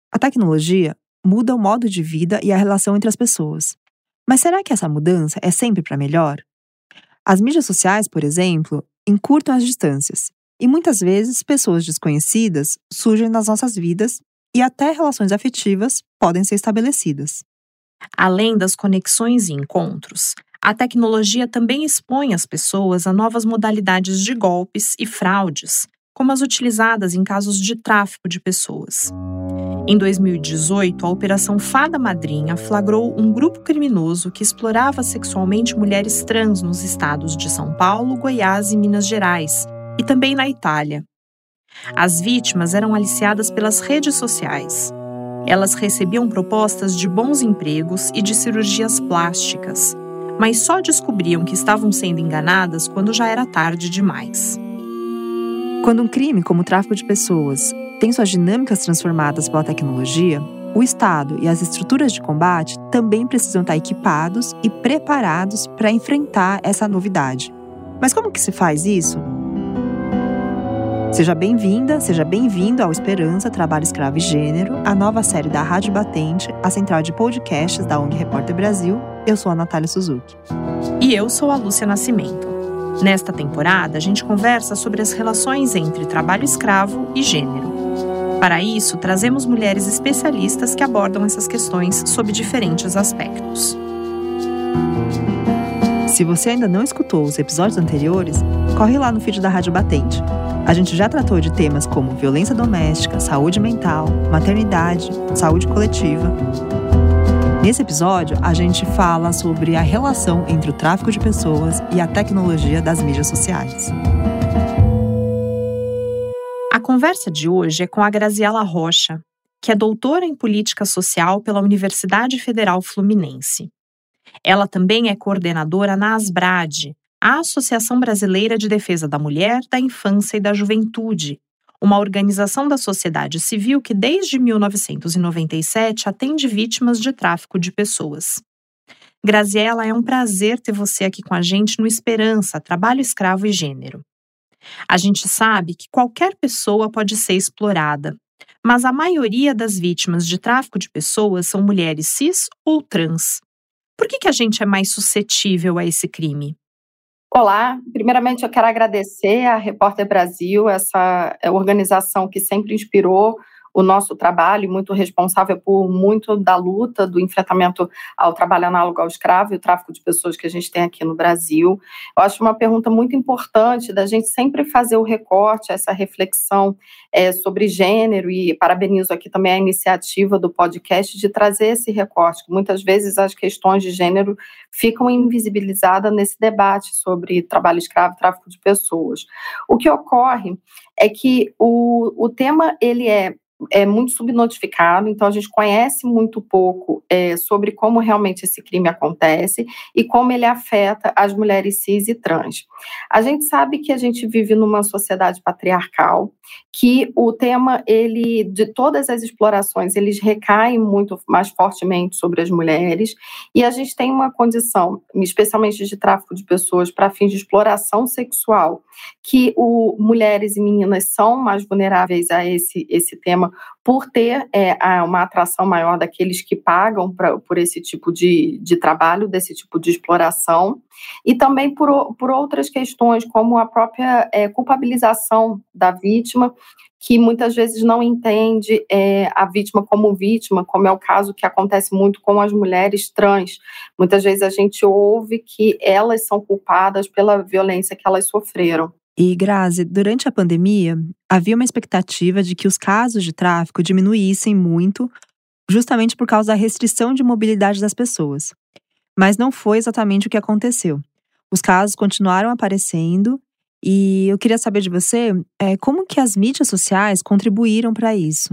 A tecnologia muda o modo de vida e a relação entre as pessoas. Mas será que essa mudança é sempre para melhor? As mídias sociais, por exemplo, encurtam as distâncias. E muitas vezes pessoas desconhecidas surgem nas nossas vidas e até relações afetivas podem ser estabelecidas. Além das conexões e encontros, a tecnologia também expõe as pessoas a novas modalidades de golpes e fraudes, como as utilizadas em casos de tráfico de pessoas. Em 2018, a Operação Fada Madrinha flagrou um grupo criminoso que explorava sexualmente mulheres trans nos estados de São Paulo, Goiás e Minas Gerais, e também na Itália. As vítimas eram aliciadas pelas redes sociais. Elas recebiam propostas de bons empregos e de cirurgias plásticas, mas só descobriam que estavam sendo enganadas quando já era tarde demais. Quando um crime como o tráfico de pessoas tem suas dinâmicas transformadas pela tecnologia, o Estado e as estruturas de combate também precisam estar equipados e preparados para enfrentar essa novidade. Mas como que se faz isso? Seja bem-vinda, seja bem-vindo ao Esperança, Trabalho Escravo e Gênero, a nova série da Rádio Batente, a central de podcasts da ONG Repórter Brasil. Eu sou a Natália Suzuki. E eu sou a Lúcia Nascimento. Nesta temporada, a gente conversa sobre as relações entre trabalho escravo e gênero. Para isso, trazemos mulheres especialistas que abordam essas questões sob diferentes aspectos. Se você ainda não escutou os episódios anteriores, corre lá no feed da Rádio Batente. A gente já tratou de temas como violência doméstica, saúde mental, maternidade, saúde coletiva. Nesse episódio, a gente fala sobre a relação entre o tráfico de pessoas e a tecnologia das mídias sociais. A conversa de hoje é com a Graziela Rocha, que é doutora em Política Social pela Universidade Federal Fluminense. Ela também é coordenadora na ASBRAD, a Associação Brasileira de Defesa da Mulher, da Infância e da Juventude, uma organização da sociedade civil que desde 1997 atende vítimas de tráfico de pessoas. Graziela, é um prazer ter você aqui com a gente no Esperança, Trabalho Escravo e Gênero. A gente sabe que qualquer pessoa pode ser explorada, mas a maioria das vítimas de tráfico de pessoas são mulheres cis ou trans. Por que a gente é mais suscetível a esse crime? Olá, primeiramente eu quero agradecer à Repórter Brasil, essa organização que sempre inspirou o nosso trabalho, muito responsável por muito da luta, do enfrentamento ao trabalho análogo ao escravo e o tráfico de pessoas que a gente tem aqui no Brasil. Eu acho uma pergunta muito importante da gente sempre fazer o recorte, essa reflexão sobre gênero, e parabenizo aqui também a iniciativa do podcast de trazer esse recorte, que muitas vezes as questões de gênero ficam invisibilizadas nesse debate sobre trabalho escravo e tráfico de pessoas. O que ocorre é que o tema ele é muito subnotificado, então a gente conhece muito pouco sobre como realmente esse crime acontece e como ele afeta as mulheres cis e trans. A gente sabe que a gente vive numa sociedade patriarcal, que o tema, de todas as explorações, eles recaem muito mais fortemente sobre as mulheres, e a gente tem uma condição, especialmente de tráfico de pessoas para fins de exploração sexual, que mulheres e meninas são mais vulneráveis a esse tema, por ter uma atração maior daqueles que pagam por esse tipo de trabalho, desse tipo de exploração, e também por outras questões, como a própria culpabilização da vítima, que muitas vezes não entende a vítima, como é o caso que acontece muito com as mulheres trans. Muitas vezes a gente ouve que elas são culpadas pela violência que elas sofreram. E, Grazi, durante a pandemia, havia uma expectativa de que os casos de tráfico diminuíssem muito, justamente por causa da restrição de mobilidade das pessoas. Mas não foi exatamente o que aconteceu. Os casos continuaram aparecendo e eu queria saber de você como que as mídias sociais contribuíram para isso.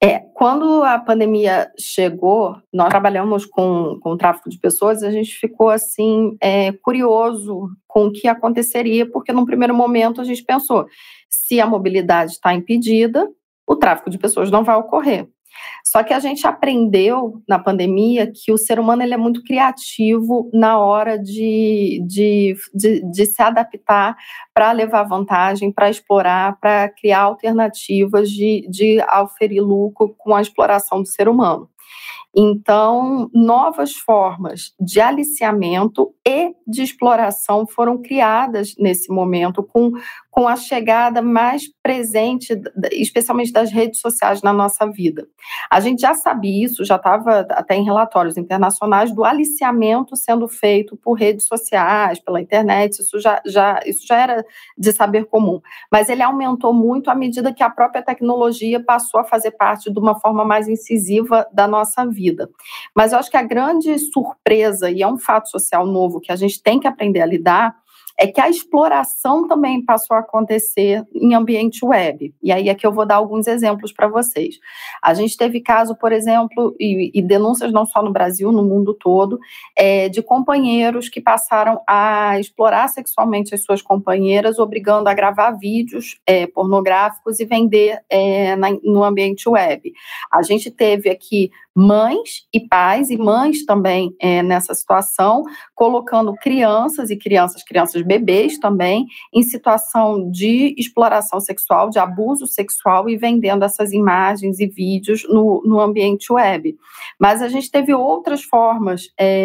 Quando a pandemia chegou, nós trabalhamos com o tráfico de pessoas, a gente ficou assim, curioso com o que aconteceria, porque num primeiro momento a gente pensou, se a mobilidade está impedida, o tráfico de pessoas não vai ocorrer. Só que a gente aprendeu na pandemia que o ser humano ele é muito criativo na hora de se adaptar para levar vantagem, para explorar, para criar alternativas de auferir lucro com a exploração do ser humano. Então, novas formas de aliciamento e de exploração foram criadas nesse momento, com a chegada mais presente, especialmente das redes sociais na nossa vida. A gente já sabia isso, já estava até em relatórios internacionais, do aliciamento sendo feito por redes sociais, pela internet, isso já era de saber comum. Mas ele aumentou muito à medida que a própria tecnologia passou a fazer parte de uma forma mais incisiva da nossa vida. Mas eu acho que a grande surpresa, e é um fato social novo que a gente tem que aprender a lidar, é que a exploração também passou a acontecer em ambiente web. E aí é que eu vou dar alguns exemplos para vocês. A gente teve caso, por exemplo, e denúncias não só no Brasil, no mundo todo, de companheiros que passaram a explorar sexualmente as suas companheiras, obrigando a gravar vídeos pornográficos e vender no ambiente web. A gente teve aqui mães e pais, e mães também nessa situação, colocando crianças bebês também, em situação de exploração sexual, de abuso sexual e vendendo essas imagens e vídeos no ambiente web. Mas a gente teve outras formas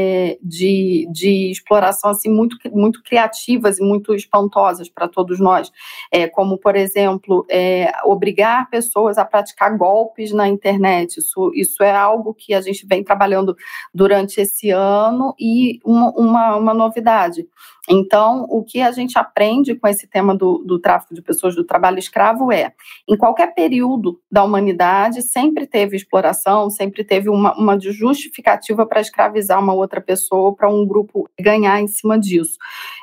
de exploração assim, muito, muito criativas e muito espantosas para todos nós, como, por exemplo, obrigar pessoas a praticar golpes na internet. Isso é algo que a gente vem trabalhando durante esse ano e uma novidade. Então, o que a gente aprende com esse tema do tráfico de pessoas, do trabalho escravo em qualquer período da humanidade, sempre teve exploração, sempre teve uma justificativa para escravizar uma outra pessoa, para um grupo ganhar em cima disso.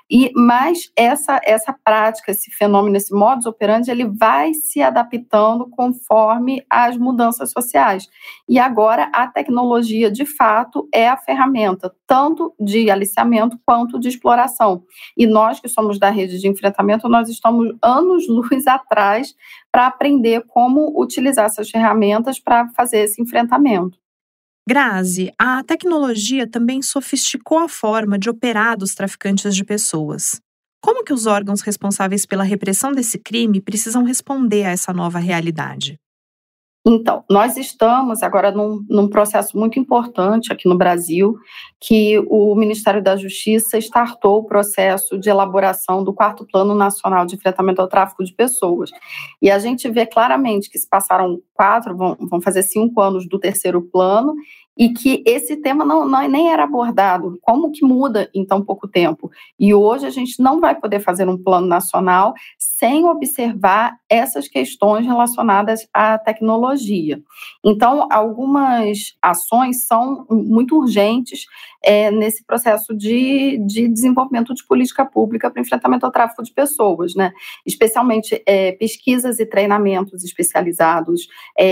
Mas essa prática, esse fenômeno, esse modus operandi, ele vai se adaptando conforme as mudanças sociais. E agora a tecnologia, de fato, é a ferramenta tanto de aliciamento quanto de exploração. E nós que somos da rede de enfrentamento, nós estamos anos-luz atrás para aprender como utilizar essas ferramentas para fazer esse enfrentamento. Grazi, a tecnologia também sofisticou a forma de operar dos traficantes de pessoas. Como que os órgãos responsáveis pela repressão desse crime precisam responder a essa nova realidade? Então, nós estamos agora num processo muito importante aqui no Brasil, que o Ministério da Justiça startou o processo de elaboração do 4º Plano Nacional de Enfrentamento ao Tráfico de Pessoas. E a gente vê claramente que se passaram 4, vão fazer 5 anos do 3º plano, e que esse tema nem era abordado. Como que muda em tão pouco tempo? E hoje a gente não vai poder fazer um plano nacional sem observar essas questões relacionadas à tecnologia. Então, algumas ações são muito urgentes nesse processo de desenvolvimento de política pública para enfrentamento ao tráfico de pessoas, né? Especialmente pesquisas e treinamentos especializados.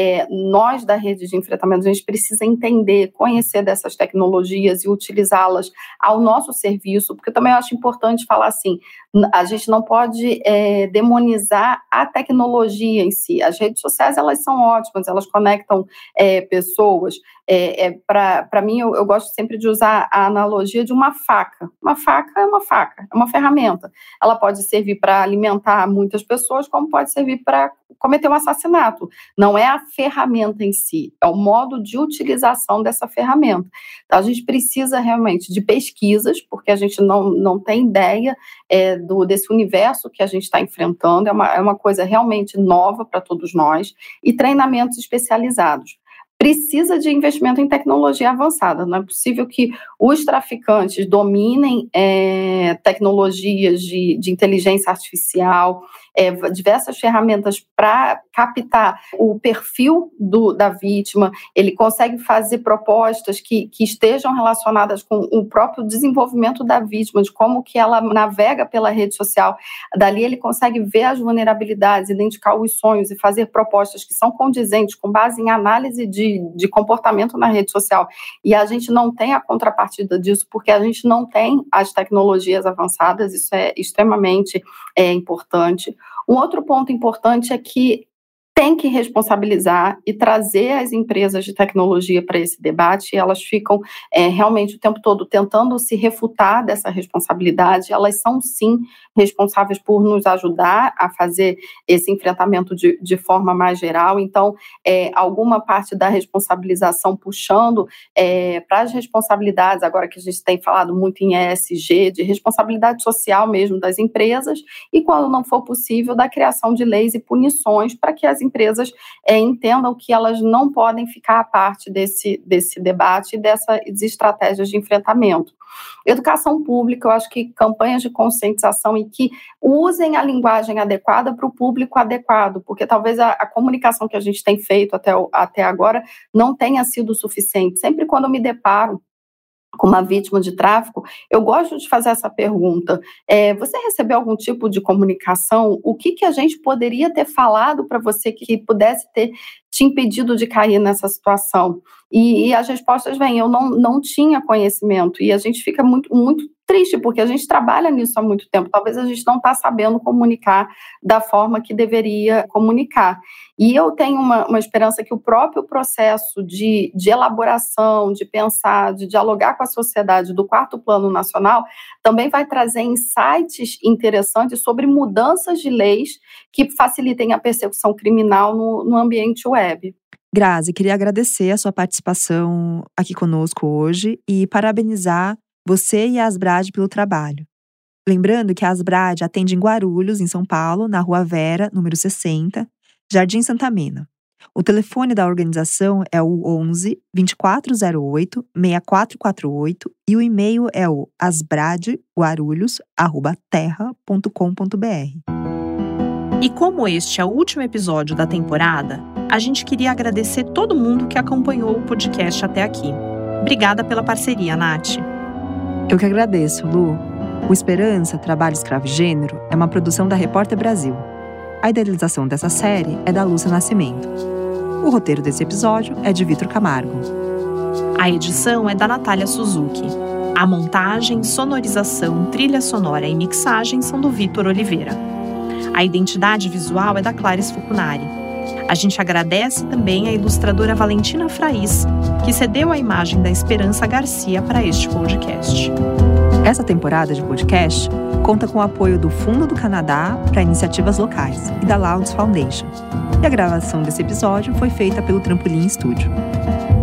Nós da rede de enfrentamento, a gente precisa entender, conhecer dessas tecnologias e utilizá-las ao nosso serviço, porque também eu acho importante falar assim, a gente não pode demonizar a tecnologia em si. As redes sociais, elas são ótimas, elas conectam pessoas. Para mim, eu gosto sempre de usar a analogia de uma faca. Uma faca, é uma ferramenta. Ela pode servir para alimentar muitas pessoas, como pode servir para cometer um assassinato. Não é a ferramenta em si, é o modo de utilização dessa ferramenta. Então, a gente precisa realmente de pesquisas, porque a gente não tem ideia desse universo que a gente está enfrentando, é uma coisa realmente nova para todos nós, e treinamentos especializados. Precisa de investimento em tecnologia avançada. Não é possível que os traficantes dominem tecnologias de inteligência artificial, diversas ferramentas para captar o perfil da vítima. Ele consegue fazer propostas que estejam relacionadas com o próprio desenvolvimento da vítima, de como que ela navega pela rede social. Dali ele consegue ver as vulnerabilidades, identificar os sonhos e fazer propostas que são condizentes com base em análise de comportamento na rede social. E a gente não tem a contrapartida disso porque a gente não tem as tecnologias avançadas, isso é extremamente importante. Um outro ponto importante é que tem que responsabilizar e trazer as empresas de tecnologia para esse debate. Elas ficam realmente o tempo todo tentando se refutar dessa responsabilidade. Elas são, sim, responsáveis por nos ajudar a fazer esse enfrentamento de forma mais geral. Então, alguma parte da responsabilização puxando para as responsabilidades, agora que a gente tem falado muito em ESG, de responsabilidade social mesmo das empresas, e quando não for possível, da criação de leis e punições para que as empresas entendam que elas não podem ficar à parte desse debate e dessas estratégias de enfrentamento. Educação pública, eu acho que campanhas de conscientização e que usem a linguagem adequada para o público adequado, porque talvez a comunicação que a gente tem feito até agora não tenha sido suficiente. Sempre quando eu me deparo com uma vítima de tráfico, eu gosto de fazer essa pergunta. Você recebeu algum tipo de comunicação? O que a gente poderia ter falado para você que pudesse ter te impedido de cair nessa situação? E as respostas vêm, eu não tinha conhecimento, e a gente fica muito, muito triste, porque a gente trabalha nisso há muito tempo, talvez a gente não está sabendo comunicar da forma que deveria comunicar. E eu tenho uma esperança que o próprio processo de elaboração, de pensar, de dialogar com a sociedade do 4º Plano Nacional também vai trazer insights interessantes sobre mudanças de leis que facilitem a persecução criminal no ambiente web. Grazi, queria agradecer a sua participação aqui conosco hoje e parabenizar você e a Asbrad pelo trabalho. Lembrando que a Asbrad atende em Guarulhos, em São Paulo, na Rua Vera, número 60, Jardim Santa Mena. O telefone da organização é o 11 2408 6448 e o e-mail é o asbradguarulhos@terra.com.br. E como este é o último episódio da temporada, a gente queria agradecer todo mundo que acompanhou o podcast até aqui. Obrigada pela parceria, Nath. Eu que agradeço, Lu. O Esperança, Trabalho, Escravo e Gênero é uma produção da Repórter Brasil. A idealização dessa série é da Lúcia Nascimento. O roteiro desse episódio é de Vitor Camargo. A edição é da Natália Suzuki. A montagem, sonorização, trilha sonora e mixagem são do Vitor Oliveira. A identidade visual é da Clarice Fucunari. A gente agradece também a ilustradora Valentina Fraiz, que cedeu a imagem da Esperança Garcia para este podcast. Essa temporada de podcast conta com o apoio do Fundo do Canadá para iniciativas locais e da Louds Foundation. E a gravação desse episódio foi feita pelo Trampolim Studio.